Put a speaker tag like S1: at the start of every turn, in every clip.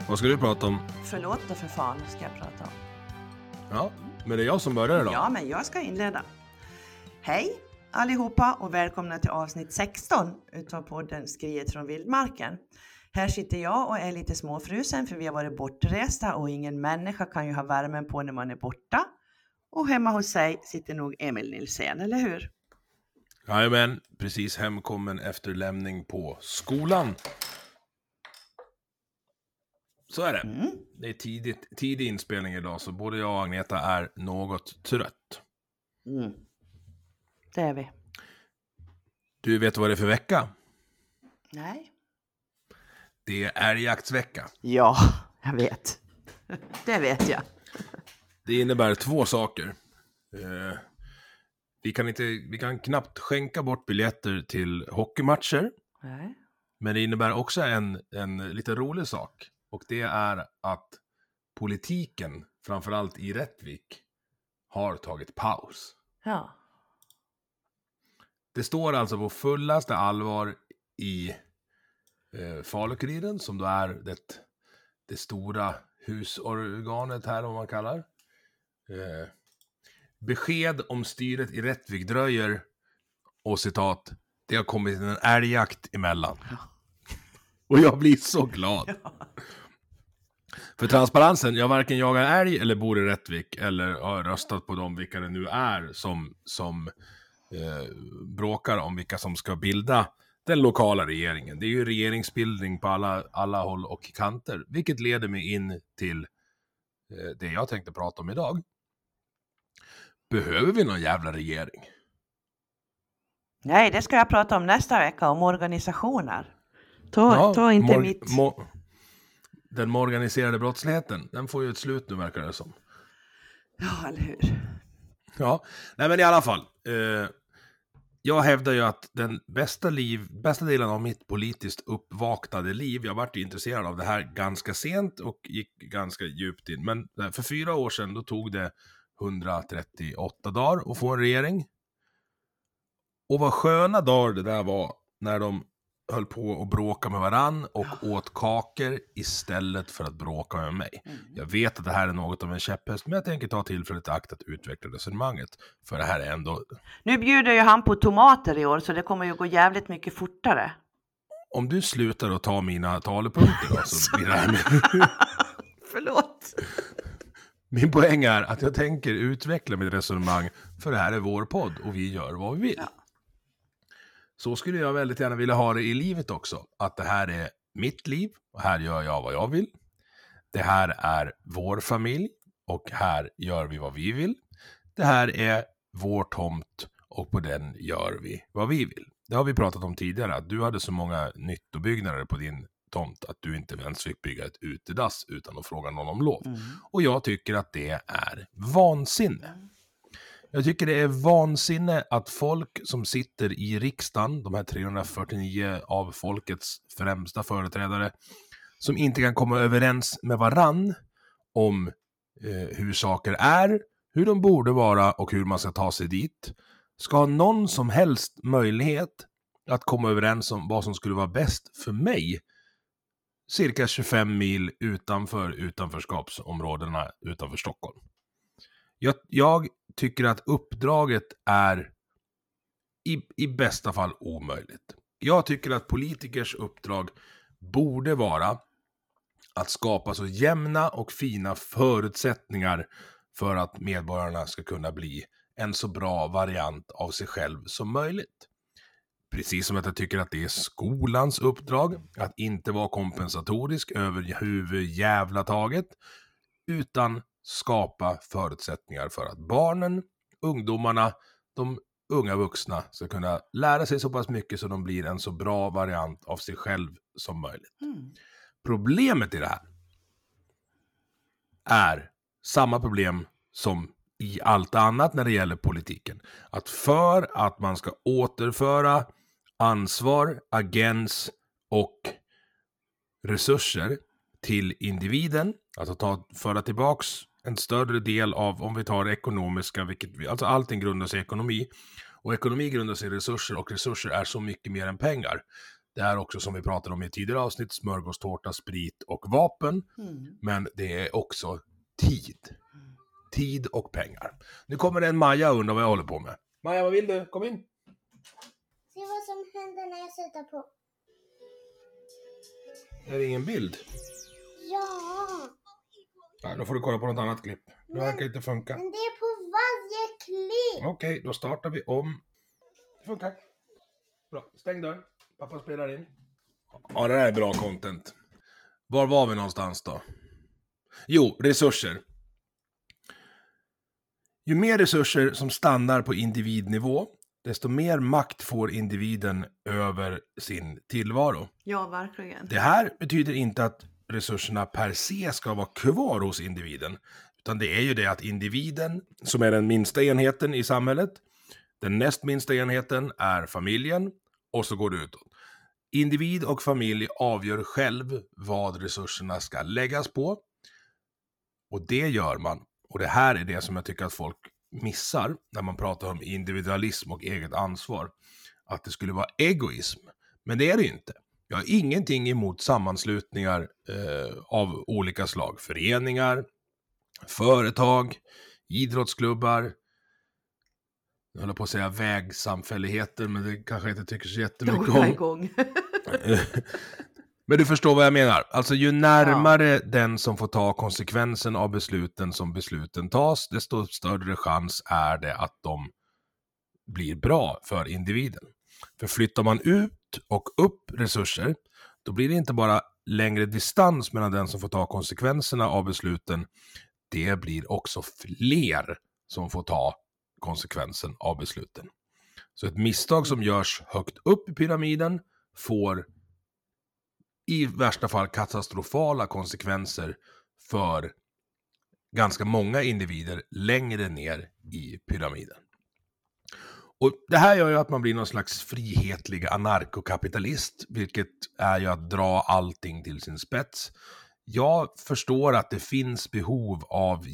S1: Vad ska du prata om?
S2: Förlåt då för fan, ska jag prata om.
S1: Ja, men det är jag som börjar idag.
S2: Ja, men jag ska inleda. Hej allihopa och välkomna till avsnitt 16 utav podden Skriet från vildmarken. Här sitter jag och är lite småfrusen för vi har varit bortresta och ingen människa kan ju ha värmen på när man är borta. Och hemma hos sig sitter nog Emil Nilsén, eller hur?
S1: Jajamän, precis hemkommen efter lämning på skolan. Så är det. Det är tidig inspelning idag, så både jag och Agneta är något trött.
S2: Det är vi.
S1: Du vet vad det är för vecka?
S2: Nej.
S1: Det är älgjaktsvecka.
S2: Ja, jag vet. Det vet jag.
S1: Det innebär två saker. Vi kan knappt skänka bort biljetter till hockeymatcher.
S2: Nej.
S1: Men det innebär också en lite rolig sak. Och det är att politiken, framförallt i Rättvik, har tagit paus.
S2: Ja.
S1: Det står alltså på fullaste allvar i Falukuriren, som då är det stora husorganet här, om man kallar. Besked om styret i Rättvik dröjer, och citat, det har kommit en älgjakt emellan.
S2: Ja.
S1: Och jag blir så glad.
S2: Ja.
S1: För transparensen, jag varken jagar älg eller bor i Rättvik eller har röstat på dem, vilka det nu är som bråkar om vilka som ska bilda den lokala regeringen. Det är ju regeringsbildning på alla håll och kanter, vilket leder mig in till det jag tänkte prata om idag. Behöver vi någon jävla regering?
S2: Nej, det ska jag prata om nästa vecka, om organisationer. Ta inte mitt...
S1: Den organiserade brottsligheten, den får ju ett slut nu, verkar det som.
S2: Ja, eller hur?
S1: Ja, nej men i alla fall. Jag hävdar ju att den bästa delen av mitt politiskt uppvaknade liv, jag varit intresserad av det här ganska sent och gick ganska djupt in. Men för 4 år sedan, då tog det 138 dagar att få en regering. Och vad sköna dagar det där var när de höll på att bråka med varann och åt kakor istället för att bråka med mig. Jag vet att det här är något av en käpphäst, men jag tänker ta tillfället i akt att utveckla resonemanget. För det här är ändå...
S2: Nu bjuder ju han på tomater i år, så det kommer ju gå jävligt mycket fortare.
S1: Om du slutar att ta mina talepunkter då, så blir det här med...
S2: Förlåt.
S1: Min poäng är att jag tänker utveckla mitt resonemang, för det här är vår podd och vi gör vad vi vill. Ja. Så skulle jag väldigt gärna vilja ha det i livet också. Att det här är mitt liv och här gör jag vad jag vill. Det här är vår familj och här gör vi vad vi vill. Det här är vår tomt och på den gör vi vad vi vill. Det har vi pratat om tidigare, att du hade så många nyttobyggnader på din tomt att du inte ens fick bygga ett utedass utan att fråga någon om lov. Och jag tycker att det är vansinne. Jag tycker det är vansinne att folk som sitter i riksdagen, de här 349 av folkets främsta företrädare, som inte kan komma överens med varann om hur saker är, hur de borde vara och hur man ska ta sig dit, ska ha någon som helst möjlighet att komma överens om vad som skulle vara bäst för mig cirka 25 mil utanför utanförskapsområdena utanför Stockholm. Jag tycker att uppdraget är i bästa fall omöjligt. Jag tycker att politikers uppdrag borde vara att skapa så jämna och fina förutsättningar för att medborgarna ska kunna bli en så bra variant av sig själv som möjligt. Precis som att jag tycker att det är skolans uppdrag att inte vara kompensatorisk över huvud jävla taget, utan skapa förutsättningar för att barnen, ungdomarna, de unga vuxna ska kunna lära sig så pass mycket så de blir en så bra variant av sig själv som möjligt. Problemet i det här är samma problem som i allt annat när det gäller politiken. Att för att man ska återföra ansvar, agens och resurser till individen, alltså föra tillbaks en större del av, om vi tar det ekonomiska, alltså allting grundar sig i ekonomi, och ekonomi grundar sig i resurser, och resurser är så mycket mer än pengar. Det är också, som vi pratade om i tidigare avsnitt, smörgåstårta, sprit och vapen. Men det är också tid. Tid och pengar. Nu kommer det en Maja och undrar vad jag håller på med. Maja, vad vill du? Kom in.
S3: Se vad som händer när jag sätter på.
S1: Är det ingen bild?
S3: Ja.
S1: Nej, då får du kolla på något annat klipp. Det verkar inte funka.
S3: Men det är på varje klipp.
S1: Okej, då startar vi om. Det funkar. Bra, stäng dörren. Pappa spelar in. Ja, det här är bra content. Var var vi någonstans då? Jo, resurser. Ju mer resurser som stannar på individnivå, desto mer makt får individen över sin tillvaro.
S2: Ja, verkligen.
S1: Det här betyder inte att resurserna per se ska vara kvar hos individen. Utan det är ju det att individen, som är den minsta enheten i samhället, den näst minsta enheten är familjen, och så går det utåt. Individ och familj avgör själv vad resurserna ska läggas på. Och det gör man. Och det här är det som jag tycker att folk missar när man pratar om individualism och eget ansvar. Att det skulle vara egoism. Men det är det inte. Jag har ingenting emot sammanslutningar av olika slag. Föreningar, företag, idrottsklubbar. Jag håller på att säga vägsamfälligheter, men det kanske jag inte tycker så jättemycket om. Men du förstår vad jag menar. Alltså ju närmare den som får ta konsekvensen av besluten som besluten tas, desto större chans är det att de blir bra för individen. För flyttar man ut och upp resurser, då blir det inte bara längre distans mellan den som får ta konsekvenserna av besluten. Det blir också fler som får ta konsekvensen av besluten. Så ett misstag som görs högt upp i pyramiden får i värsta fall katastrofala konsekvenser för ganska många individer längre ner i pyramiden. Och det här gör ju att man blir någon slags frihetlig anarkokapitalist, vilket är ju att dra allting till sin spets. Jag förstår att det finns behov av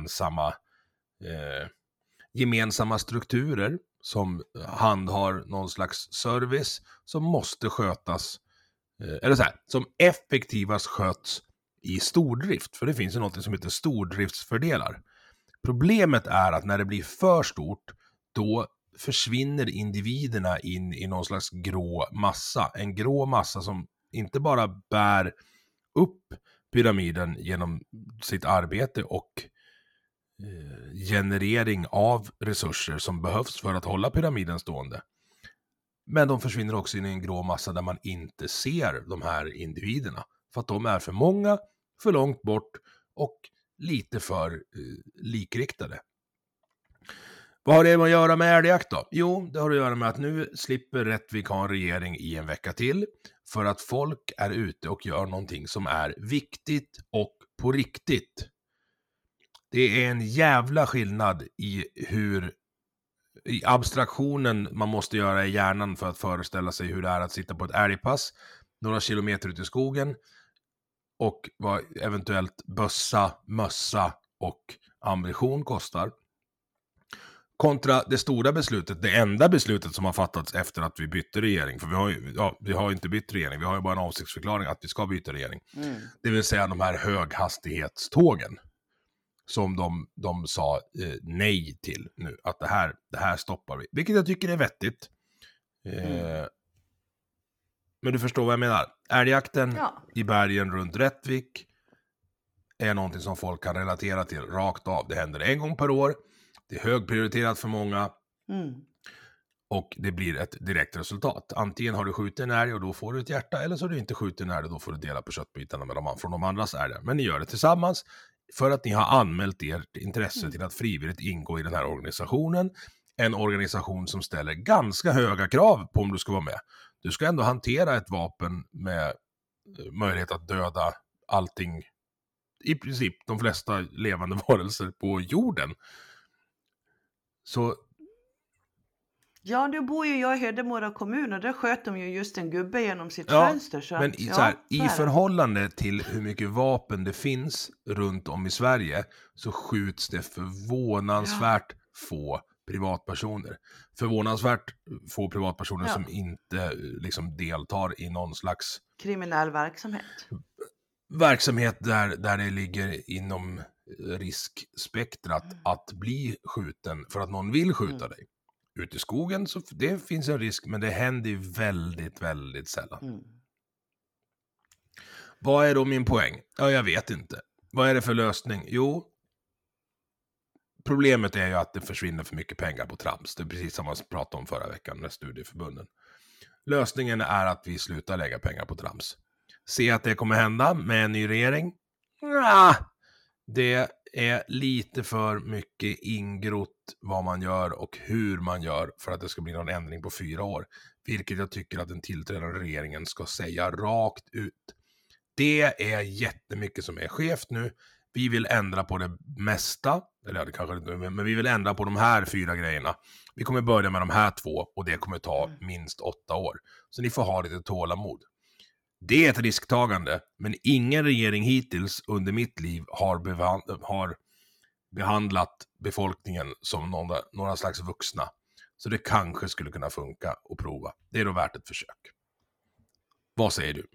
S1: gemensamma strukturer som handhar någon slags service som måste skötas, eller så här, som effektivast sköts i stordrift. För det finns ju något som heter stordriftsfördelar. Problemet är att när det blir för stort, då försvinner individerna in i någon slags grå massa. En grå massa som inte bara bär upp pyramiden genom sitt arbete och generering av resurser som behövs för att hålla pyramiden stående. Men de försvinner också in i en grå massa där man inte ser de här individerna. För att de är för många, för långt bort och lite för likriktade. Vad har det att göra med älgjakt då? Jo, det har att göra med att nu slipper Rättvik ha en regering i en vecka till. För att folk är ute och gör någonting som är viktigt och på riktigt. Det är en jävla skillnad i abstraktionen man måste göra i hjärnan för att föreställa sig hur det är att sitta på ett älgpass några kilometer ut i skogen och vad eventuellt bössa, mössa och ammunition kostar. Kontra det stora beslutet, det enda beslutet som har fattats efter att vi bytte regering. För vi har inte bytt regering, vi har ju bara en avsiktsförklaring att vi ska byta regering. Det vill säga de här höghastighetstågen. Som de sa nej till nu. Att det här stoppar vi. Vilket jag tycker är vettigt. Men du förstår vad jag menar. Älgjakten i bergen runt Rättvik är någonting som folk kan relatera till rakt av. Det händer en gång per år. Det är högprioriterat för många. Och det blir ett direkt resultat. Antingen har du skjutit en älg och då får du ett hjärta. Eller så har du inte skjutit en älg och då får du dela på köttbitarna från de andras älgar. Men ni gör det tillsammans. För att ni har anmält ert intresse till att frivilligt ingå i den här organisationen. En organisation som ställer ganska höga krav på om du ska vara med. Du ska ändå hantera ett vapen med möjlighet att döda allting. I princip de flesta levande varelser på jorden. Så...
S2: Ja, nu bor ju jag i Hedemora kommun och där sköt de ju just en gubbe genom sitt fönster. Så
S1: men i förhållande till hur mycket vapen det finns runt om i Sverige så skjuts det förvånansvärt få privatpersoner. Förvånansvärt få privatpersoner som inte liksom deltar i någon slags
S2: kriminell
S1: verksamhet där det ligger inom riskspektrat att bli skjuten för att någon vill skjuta dig. Ute i skogen så det finns en risk, men det händer ju väldigt, väldigt sällan. Vad är då min poäng? Ja, jag vet inte. Vad är det för lösning? Jo, problemet är ju att det försvinner för mycket pengar på trams. Det är precis som man pratade om förra veckan med studieförbunden. Lösningen är att vi slutar lägga pengar på trams. Se att det kommer hända med en ny regering? Det är lite för mycket ingrott vad man gör och hur man gör för att det ska bli någon ändring på 4 år. Vilket jag tycker att den tillträdande regeringen ska säga rakt ut. Det är jättemycket som är skevt nu. Vi vill ändra på det mesta. Eller det kanske inte, men vi vill ändra på de här 4 grejerna. Vi kommer börja med de här 2 och det kommer ta minst 8 år. Så ni får ha lite tålamod. Det är ett risktagande, men ingen regering hittills under mitt liv har behandlat befolkningen som några slags vuxna. Så det kanske skulle kunna funka och prova. Det är då värt ett försök. Vad säger du?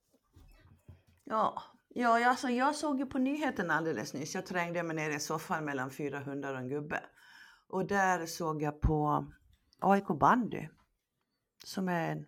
S2: Alltså jag såg ju på nyheten alldeles nyss. Jag trängde mig ner i soffan mellan 4 hundar och en gubbe. Och där såg jag på AIK Bandy. Som är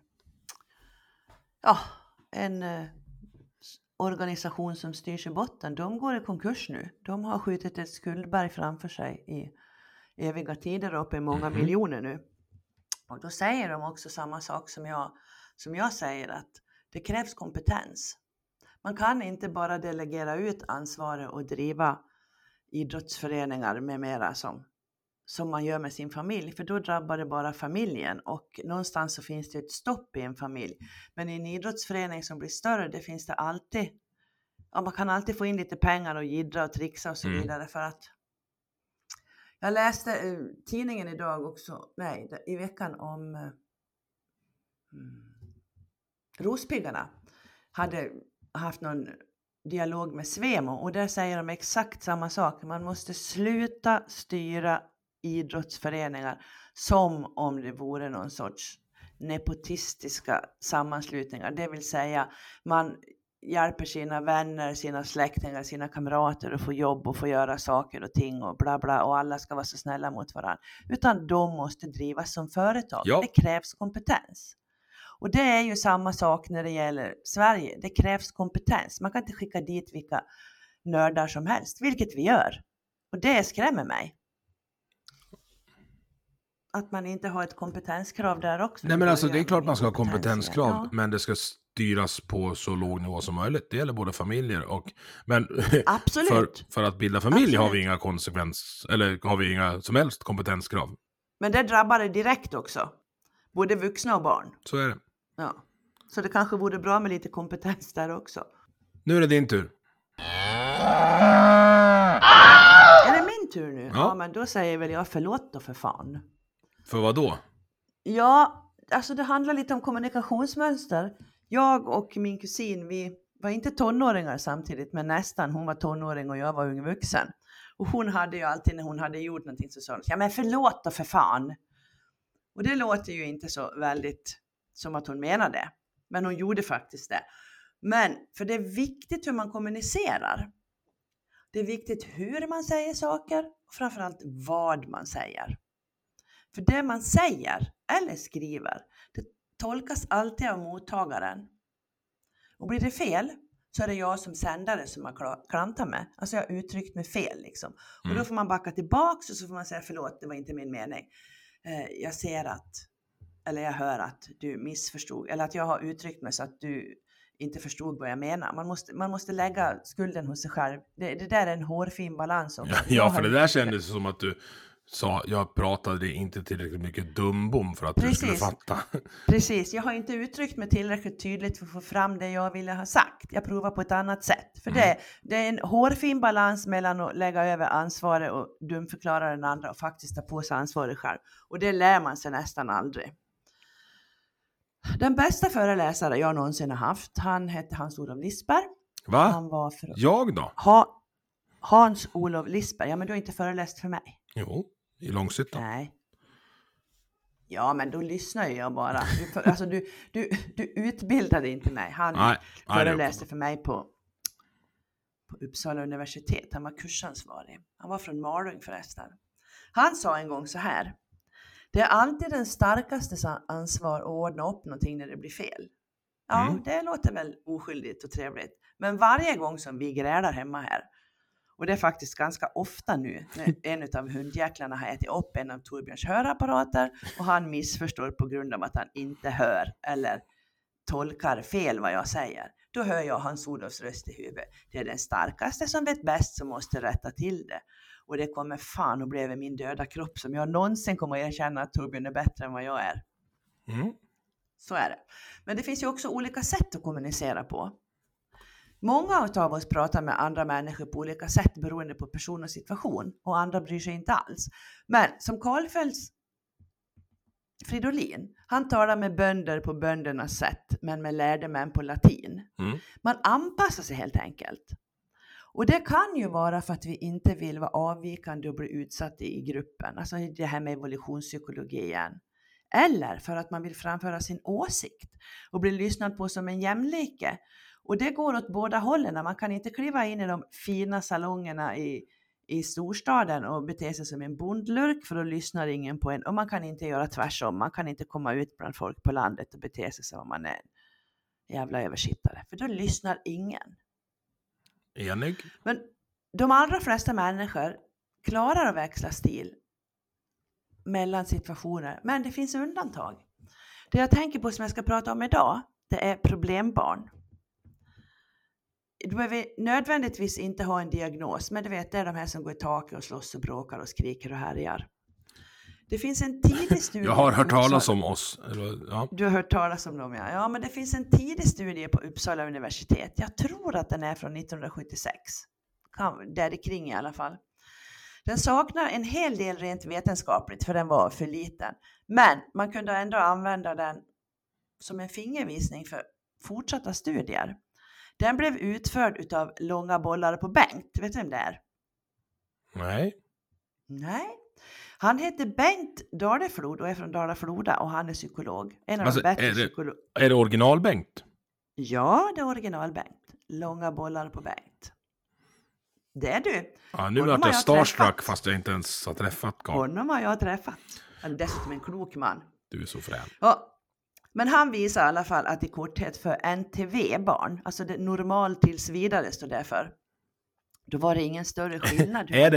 S2: en organisation som styrs i botten. De går i konkurs nu. De har skjutit ett skuldberg framför sig i eviga tider uppe i många miljoner nu. Och då säger de också samma sak som jag säger, att det krävs kompetens. Man kan inte bara delegera ut ansvaret och driva idrottsföreningar med mera som man gör med sin familj. För då drabbar det bara familjen. Och någonstans så finns det ett stopp i en familj. Men i en idrottsförening som blir större, det finns det alltid. Ja, man kan alltid få in lite pengar och jiddra och trixa och så vidare. För att jag läste tidningen idag också. I veckan om Rospiggarna hade haft någon dialog med Svemo, och där säger de exakt samma sak. Man måste sluta styra idrottsföreningar som om det vore någon sorts nepotistiska sammanslutningar. Det vill säga man hjälper sina vänner, sina släktingar, sina kamrater att få jobb och få göra saker och ting och bla bla, och alla ska vara så snälla mot varandra. Utan de måste drivas som företag. Ja. Det krävs kompetens. Och det är ju samma sak när det gäller Sverige. Det krävs kompetens. Man kan inte skicka dit vilka nördar som helst, vilket vi gör. Och det skrämmer mig. Att man inte har ett kompetenskrav där också.
S1: Nej, men alltså det är klart man ska ha kompetenskrav, men det ska styras på så låg nivå som möjligt. Det gäller både familjer och... Men
S2: absolut.
S1: För att bilda familj har vi inga har vi inga som helst kompetenskrav.
S2: Men det drabbar det direkt också. Både vuxna och barn.
S1: Så är det.
S2: Ja. Så det kanske vore bra med lite kompetens där också.
S1: Nu är det din tur.
S2: Är det min tur nu? Ja, men då säger väl jag förlåt då för fan.
S1: För vad då?
S2: Ja, alltså det handlar lite om kommunikationsmönster. Jag och min kusin, vi var inte tonåringar samtidigt, men nästan. Hon var tonåring och jag var ung vuxen. Och hon hade ju alltid, när hon hade gjort någonting, så sa hon, ja men förlåt då för fan. Och det låter ju inte så väldigt som att hon menade. Men hon gjorde faktiskt det. Men för det är viktigt hur man kommunicerar. Det är viktigt hur man säger saker. Och framförallt vad man säger. För det man säger eller skriver, det tolkas alltid av mottagaren. Och blir det fel, så är det jag som sändare som har klantat med. Alltså jag har uttryckt mig fel liksom. Och då får man backa tillbaka och så får man säga förlåt, det var inte min mening. Jag ser eller jag hör att du missförstod, eller att jag har uttryckt mig så att du inte förstod vad jag menar. Man måste lägga skulden hos sig själv. Det där är en hårfin balans.
S1: Ja, för det där kändes som att du sa, jag pratade inte tillräckligt mycket dumbom för att du skulle fatta.
S2: Precis, jag har inte uttryckt mig tillräckligt tydligt för att få fram det jag ville ha sagt. Jag provar på ett annat sätt. För det är en hårfin balans mellan att lägga över ansvaret och dumförklara den andra och faktiskt ta på sig ansvaret själv. Och det lär man sig nästan aldrig. Den bästa föreläsare jag någonsin har haft, han hette Hans-Olof Lisberg.
S1: Va?
S2: Han var
S1: jag då?
S2: Hans-Olof Lisberg. Ja, men du har inte föreläst för mig.
S1: Jo, i Långshyttan.
S2: Nej, Ja, men då lyssnar jag bara. Du utbildade inte mig. Han föreläste för mig på Uppsala universitet. Han var kursansvarig. Han var från Malung förresten. Han sa en gång så här: det är alltid den starkastes ansvar att ordna upp någonting när det blir fel. Ja, det låter väl oskyldigt och trevligt. Men varje gång som vi grälar hemma här, och det är faktiskt ganska ofta nu, när en av hundjäklarna har ätit upp en av Torbjörns hörapparater och han missförstår på grund av att han inte hör eller tolkar fel vad jag säger. Då hör jag Hans-Olofs röst i huvudet. Det är den starkaste som vet bäst som måste rätta till det. Och det kommer fan att bli över min döda kropp som jag någonsin kommer att erkänna att Torbjörn är bättre än vad jag är. Så är det. Men det finns ju också olika sätt att kommunicera på. Många av oss pratar med andra människor på olika sätt beroende på person och situation. Och andra bryr sig inte alls. Men som Karlfeldts Fridolin, han talar med bönder på böndernas sätt, men med lärde män på latin. Man anpassar sig helt enkelt. Och det kan ju vara för att vi inte vill vara avvikande och bli utsatta i gruppen. Alltså det här med evolutionspsykologi igen. Eller för att man vill framföra sin åsikt och bli lyssnad på som en jämlike. Och det går åt båda hållen. Man kan inte kliva in i de fina salongerna i storstaden och bete sig som en bondlurk, för då lyssnar ingen på en. Och man kan inte göra tvärsom. Man kan inte komma ut bland folk på landet och bete sig som om man är en jävla översittare. För då lyssnar ingen.
S1: Enig.
S2: Men de allra flesta människor klarar att växla stil mellan situationer. Men det finns undantag. Det jag tänker på som jag ska prata om idag, det är problembarn. Du behöver nödvändigtvis inte ha en diagnos, men du vet, det är de här som går i taket och slåss och bråkar och skriker och härjar. Det finns en tidig studie.
S1: Jag har hört talas om oss. Ja.
S2: Du har hört talas om dem, ja. Ja, men det finns en tidig studie på Uppsala universitet. Jag tror att den är från 1976. Där kring i alla fall. Den saknar en hel del rent vetenskapligt, för den var för liten. Men man kunde ändå använda den som en fingervisning för fortsatta studier. Den blev utförd av Långa bollar på Bengt. Vet du vem det är? Nej. Han heter Bengt Daleflod och är från Dala-Floda och han är psykolog. En av de bättre psykologer.
S1: Är det original Bengt?
S2: Ja, det är original Bengt. Långa bollar på Bengt. Det är du.
S1: Ja, nu är jag starstruck fast jag inte ens har träffat Carl.
S2: Honom har jag träffat. Han är dessutom en klok man.
S1: Du är så frän.
S2: Ja. Men han visar i alla fall att i korthet för NTV-barn, alltså det normal tills vidare står det för. Då var det ingen större skillnad.
S1: Är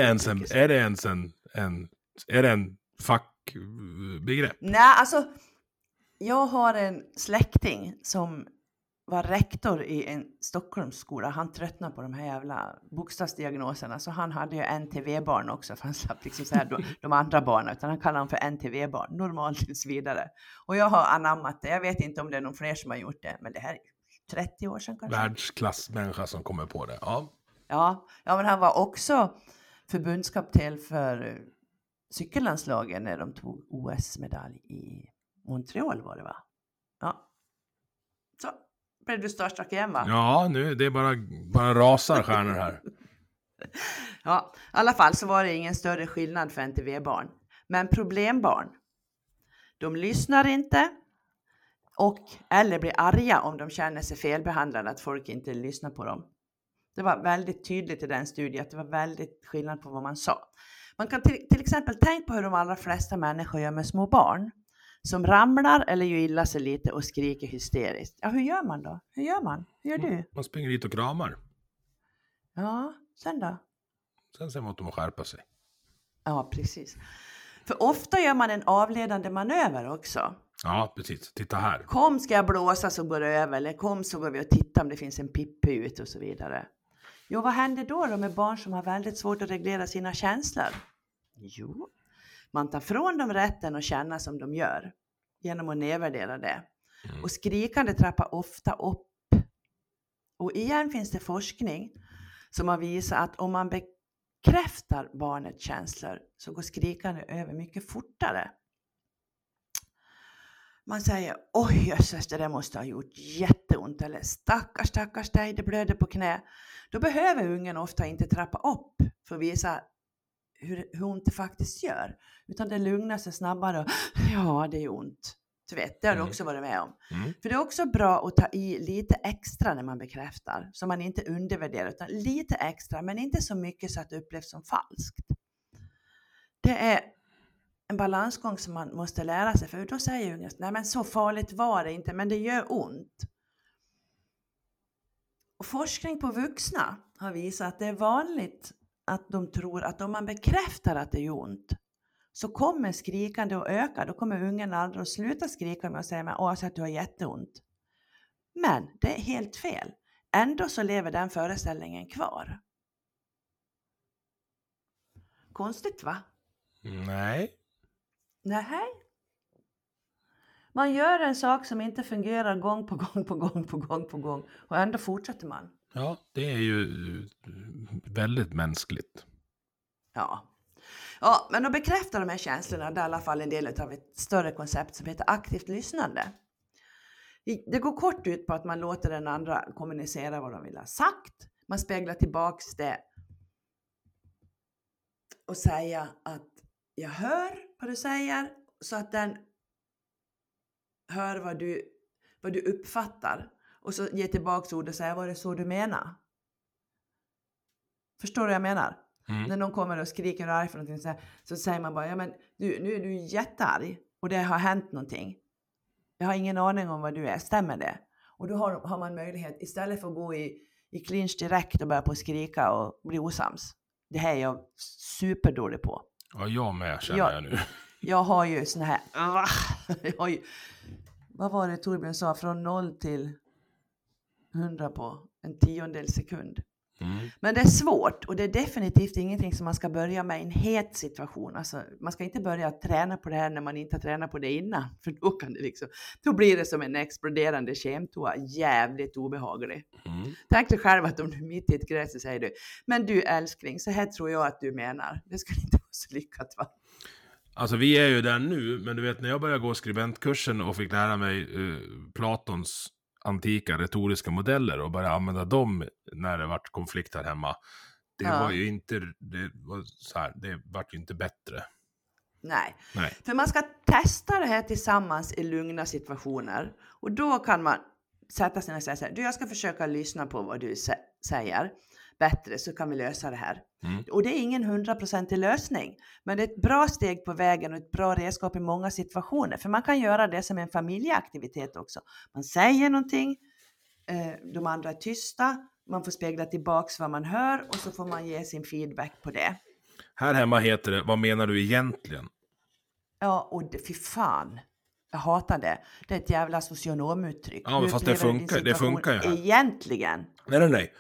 S1: det en fackbegrepp?
S2: Nej, alltså jag har en släkting som var rektor i en Stockholmsskola. Han tröttnade på de här jävla bokstavsdiagnoserna, så han hade ju NTV-barn också, för han slapp liksom så här de andra barnen, utan han kallar dem för NTV-barn, normalt tills vidare. Och jag har anammat det. Jag vet inte om det är någon fler som har gjort det, men det här är 30 år sedan kanske.
S1: Världsklassmänniska som kommer på det.
S2: Ja, men han var också förbundskapten för cykellandslagen när de tog OS-medalj i Montreal, var det va? Ja. Så blev du starstruck igen, va?
S1: Ja, nu det är bara rasar stjärnor här.
S2: Ja, i alla fall så var det ingen större skillnad för NTV-barn. Men problembarn, de lyssnar inte eller blir arga om de känner sig felbehandlade, att folk inte lyssnar på dem. Det var väldigt tydligt i den studien att det var väldigt skillnad på vad man sa. Man kan till exempel tänka på hur de allra flesta människor gör med små barn. Som ramlar eller ju illa sig lite och skriker hysteriskt. Ja, hur gör man då? Hur gör du?
S1: Man springer dit och kramar.
S2: Ja, sen då?
S1: Sen måste man skärpa sig.
S2: Ja, precis. För ofta gör man en avledande manöver också.
S1: Ja, precis. Titta här.
S2: Kom, ska jag blåsa så går det över. Eller kom så går vi och tittar om det finns en pippi ut och så vidare. Jo, vad händer då med barn som har väldigt svårt att reglera sina känslor? Jo, man tar från dem rätten att känna som de gör. Genom att nedvärdera det. Och skrikande trappar ofta upp. Och igen finns det forskning som har visat att om man bekräftar barnets känslor så går skrikande över mycket fortare. Man säger, oj jösses, det där måste ha gjort jätteont. Eller stackars dig, det blöder på knä. Då behöver ungen ofta inte trappa upp för att visa hur ont det faktiskt gör. Utan det lugnar sig snabbare. Och, ja, det är ont. Du vet, det har du också varit med om. För det är också bra att ta i lite extra när man bekräftar. Så man inte undervärderar, utan lite extra. Men inte så mycket så att det upplevs som falskt. Det är en balansgång som man måste lära sig. För då säger ungen, nej men så farligt var det inte, men det gör ont. Och forskning på vuxna har visat att det är vanligt att de tror att om man bekräftar att det gör ont, så kommer skrikande att öka. Då kommer ungen aldrig att sluta skrika med att säga att du har jätteont. Men det är helt fel. Ändå så lever den föreställningen kvar. Konstigt va?
S1: Nej.
S2: Nej. Man gör en sak som inte fungerar gång på gång. Och ändå fortsätter man.
S1: Ja, det är ju väldigt mänskligt.
S2: Ja. Ja, men att bekräfta de här känslorna, det är i alla fall en del av ett större koncept som heter aktivt lyssnande. Det går kort ut på att man låter den andra kommunicera vad de vill ha sagt. Man speglar tillbaks det och säga att jag hör vad du säger, så att den hör vad du uppfattar. Och så ge tillbaks ord och säga, var det så du menar? Förstår du vad jag menar? När någon kommer och skriker och är arg för någonting, så säger man bara, ja men nu är du jättearg och det har hänt någonting. Jag har ingen aning om vad du är, stämmer det? Och då har man möjlighet, istället för att gå i clinch direkt och börja på att skrika och bli osams. Det här är jag superdålig på.
S1: Ja, jag med känner jag nu.
S2: Jag har ju såna här, vad var det Torbjörn sa, från 0 till 100 på en 10:e sekund. Men det är svårt, och det är definitivt ingenting som man ska börja med i en het situation. Alltså, man ska inte börja träna på det här när man inte har tränat på det innan. För då blir det som en exploderande kemtoa, jävligt obehaglig. Tänk dig själv att om du mitt i ett gräs så säger du, men du älskling, så här tror jag att du menar. Det skulle inte vara så lyckat va?
S1: Alltså vi är ju där nu, men du vet när jag började gå skribentkursen och fick lära mig Platons antika retoriska modeller och började använda dem när det vart konflikt här hemma. Det var ju inte, det vart ju inte bättre.
S2: Nej, för man ska testa det här tillsammans i lugna situationer. Och då kan man sätta sig och säga så här, jag ska försöka lyssna på vad du säger bättre, så kan vi lösa det här. Och det är ingen 100% lösning, men det är ett bra steg på vägen och ett bra redskap i många situationer. För man kan göra det som en familjeaktivitet också. Man säger någonting, de andra är tysta, man får spegla tillbaks vad man hör och så får man ge sin feedback på det.
S1: Här hemma heter det, vad menar du egentligen?
S2: Ja, och fy fan. Jag hatar det. Det är ett jävla socionomuttryck.
S1: Ja, men fast det funkar ju här.
S2: Egentligen.
S1: Nej.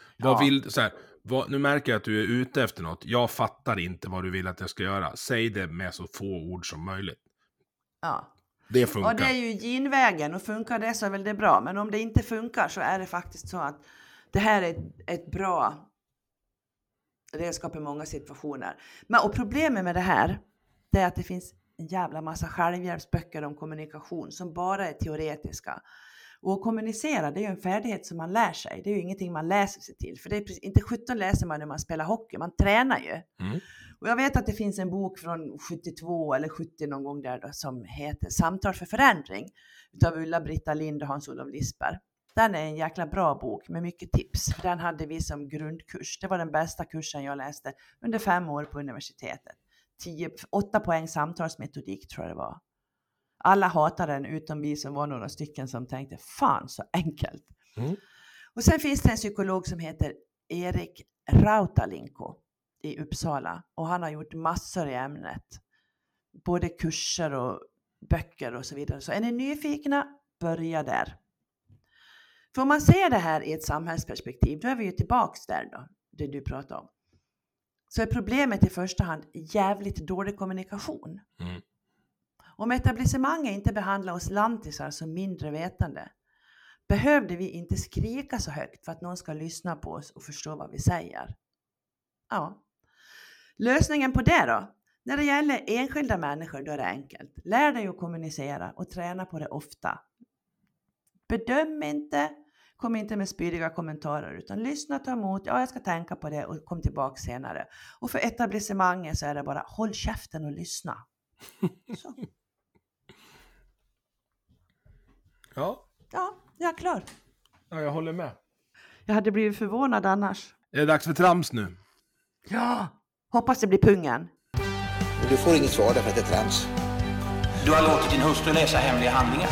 S1: Nu märker jag att du är ute efter något. Jag fattar inte vad du vill att jag ska göra. Säg det med så få ord som möjligt.
S2: Ja.
S1: Det funkar.
S2: Och det är ju ginvägen, och funkar det så är väl det bra. Men om det inte funkar så är det faktiskt så att det här är ett bra redskap i många situationer. Och problemet med det här, det är att det finns en jävla massa självhjälpsböcker om kommunikation som bara är teoretiska. Och att kommunicera, det är ju en färdighet som man lär sig. Det är ju ingenting man läser sig till. För det är inte 17 läser man när man spelar hockey. Man tränar ju. Och jag vet att det finns en bok från 72 eller 70 någon gång där då, som heter Samtal för förändring. Utav Ulla-Britta Lind och Hans-Olof Lisper. Den är en jäkla bra bok med mycket tips. Den hade vi som grundkurs. Det var den bästa kursen jag läste under 5 år på universitetet. 8 poäng samtalsmetodik tror jag det var. Alla hatade den utom vi som var några stycken som tänkte, fan så enkelt. Och sen finns det en psykolog som heter Erik Rautalinko i Uppsala. Och han har gjort massor i ämnet. Både kurser och böcker och så vidare. Så är ni nyfikna, börja där. För om man ser det här i ett samhällsperspektiv, då är vi ju tillbaks där då, det du pratar om. Så är problemet i första hand jävligt dålig kommunikation. Om etablissemanget inte behandlar oss lantisar som mindre vetande, behövde vi inte skrika så högt för att någon ska lyssna på oss och förstå vad vi säger. Ja. Lösningen på det då? När det gäller enskilda människor, då är det enkelt. Lär dig att kommunicera och träna på det ofta. Bedöm inte, Kom inte med spydiga kommentarer utan lyssna, ta emot. Ja, jag ska tänka på det och kom tillbaka senare. Och för etablissemanget så är det bara håll käften och lyssna. Så.
S1: Ja.
S2: Ja, jag är klar.
S1: Ja, jag håller med.
S2: Jag hade blivit förvånad annars.
S1: Är det dags för trams nu?
S2: Ja, hoppas det blir pungen.
S4: Du får inget svar därför att det är trams.
S5: Du har låtit din hustru läsa hemliga handlingar.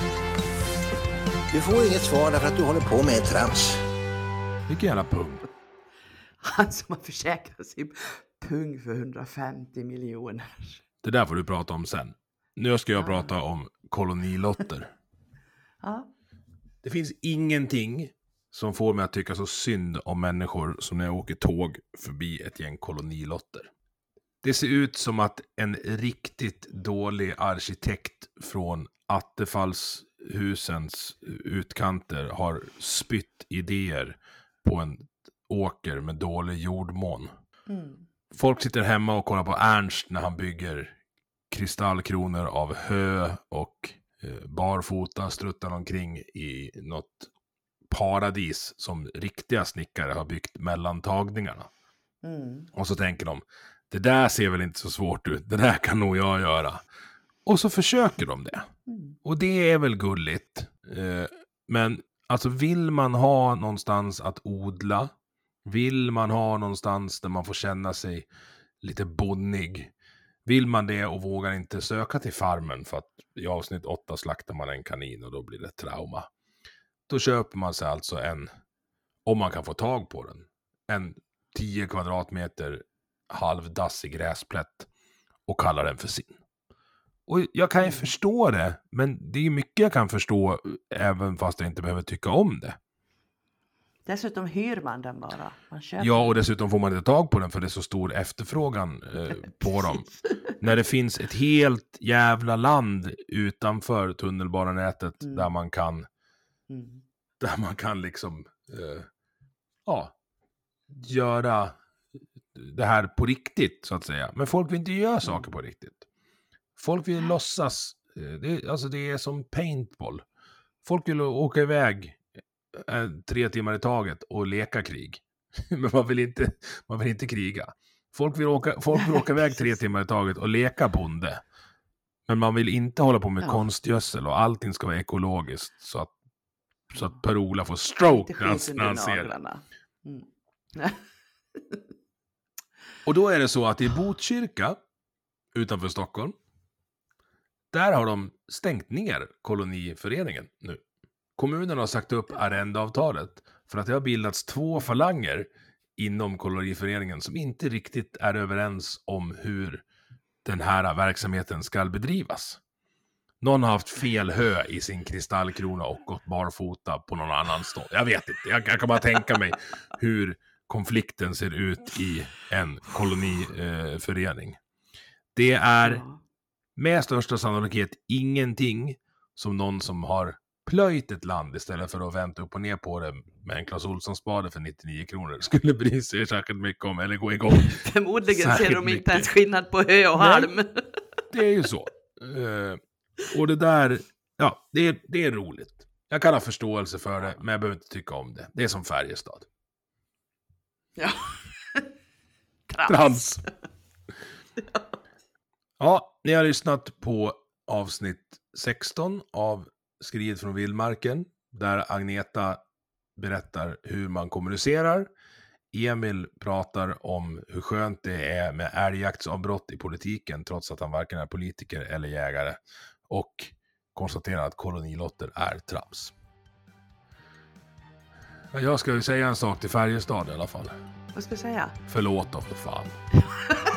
S4: Du får inget svar därför att du håller på med trams.
S1: Vilken jävla pung.
S2: Han som har försäkrat sin pung för 150 miljoner.
S1: Det där får du prata om sen. Nu ska jag prata om kolonilotter.
S2: Ja.
S1: Det finns ingenting som får mig att tycka så synd om människor som när jag åker tåg förbi ett gäng kolonilotter. Det ser ut som att en riktigt dålig arkitekt från Attefallshusens utkanter har spytt idéer på en åker med dålig jordmån. Folk sitter hemma och kollar på Ernst när han bygger kristallkronor av hö och barfota struttar omkring i något paradis som riktiga snickare har byggt mellan tagningarna. Och så tänker de, det där ser väl inte så svårt ut, det där kan nog jag göra. Och så försöker de det. Och det är väl gulligt. Men alltså vill man ha någonstans att odla, vill man ha någonstans där man får känna sig lite bonnig, vill man det och vågar inte söka till farmen för att i avsnitt 8 slaktar man en kanin och då blir det trauma. Då köper man sig alltså om man kan få tag på den, en 10 kvadratmeter halvdassig gräsplätt och kallar den för sin. Och jag kan ju förstå det, men det är mycket jag kan förstå även fast jag inte behöver tycka om det.
S2: Dessutom hyr man den bara. Man köper.
S1: Ja, och dessutom får man inte tag på den för det är så stor efterfrågan på dem. När det finns ett helt jävla land utanför tunnelbanenätet där man kan liksom göra det här på riktigt så att säga. Men folk vill inte göra saker på riktigt. Folk vill låtsas. Det är som paintball. Folk vill åka iväg 3 timmar i taget och leka krig. Men man vill inte kriga. Folk vill åka iväg 3 timmar i taget och leka bonde. Men man vill inte hålla på med konstgödsel och allting ska vara ekologiskt så att Per-Ola får stroke när han ser det. Och då är det så att i Botkyrka utanför Stockholm, där har de stängt ner koloniföreningen nu. Kommunen har sagt upp arrendeavtalet för att det har bildats 2 falanger inom koloniföreningen som inte riktigt är överens om hur den här verksamheten ska bedrivas. Någon har haft fel hö i sin kristallkrona och gått barfota på någon annan stå. Jag vet inte, jag kan bara tänka mig hur konflikten ser ut i en koloniförening. Det är med största sannolikhet ingenting som någon som har plöjt ett land istället för att vänta upp och ner på det med en Clas Ohlson-spade för 99 kronor skulle bry sig särskilt mycket om eller gå igång.
S2: Förmodligen ser de inte ens skillnad på hö och halm.
S1: Nej, det är ju så. Och det där, ja, det är roligt. Jag kan ha förståelse för det, men jag behöver inte tycka om det. Det är som Färjestad.
S2: Ja.
S1: Trans. Ja, ni har lyssnat på avsnitt 16 av Skriet från vildmarken, där Agneta berättar hur man kommunicerar. Emil pratar om hur skönt det är med älgjaktsavbrott i politiken trots att han varken är politiker eller jägare, och konstaterar att kolonilotter är trams. Jag ska ju säga en sak till Färjestad i alla fall.
S2: Vad ska jag säga?
S1: Förlåt då för fan.